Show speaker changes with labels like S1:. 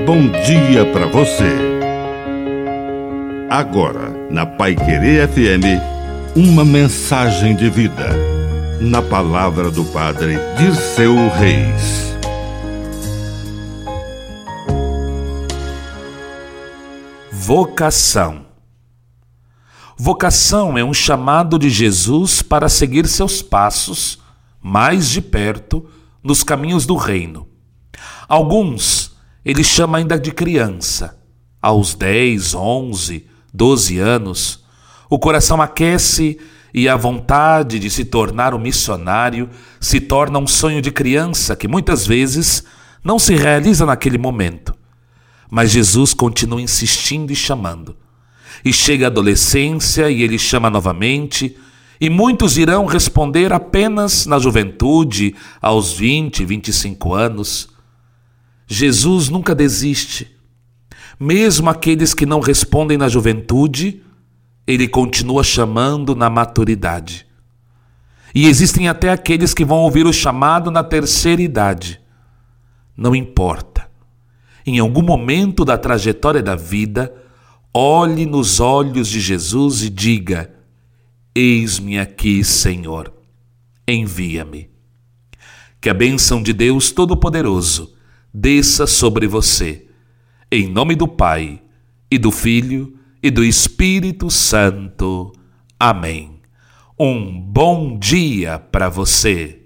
S1: bom dia para você. Agora, na Paiquerê FM, uma mensagem de vida. Na palavra do Padre Dirceu Reis.
S2: Vocação. Vocação é um chamado de Jesus para seguir seus passos mais de perto nos caminhos do reino. Alguns ele chama ainda de criança. Aos 10, 11, 12 anos, o coração aquece e a vontade de se tornar um missionário se torna um sonho de criança que muitas vezes não se realiza naquele momento. Mas Jesus continua insistindo e chamando. E chega a adolescência e ele chama novamente, e muitos irão responder apenas na juventude, aos 20, 25 anos. Jesus nunca desiste. Mesmo aqueles que não respondem na juventude, ele continua chamando na maturidade. E existem até aqueles que vão ouvir o chamado na terceira idade. Não importa. Em algum momento da trajetória da vida, olhe nos olhos de Jesus e diga: eis-me aqui, Senhor, envia-me. Que a bênção de Deus Todo-Poderoso desça sobre você, em nome do Pai, e do Filho, e do Espírito Santo. Amém. Um bom dia para você.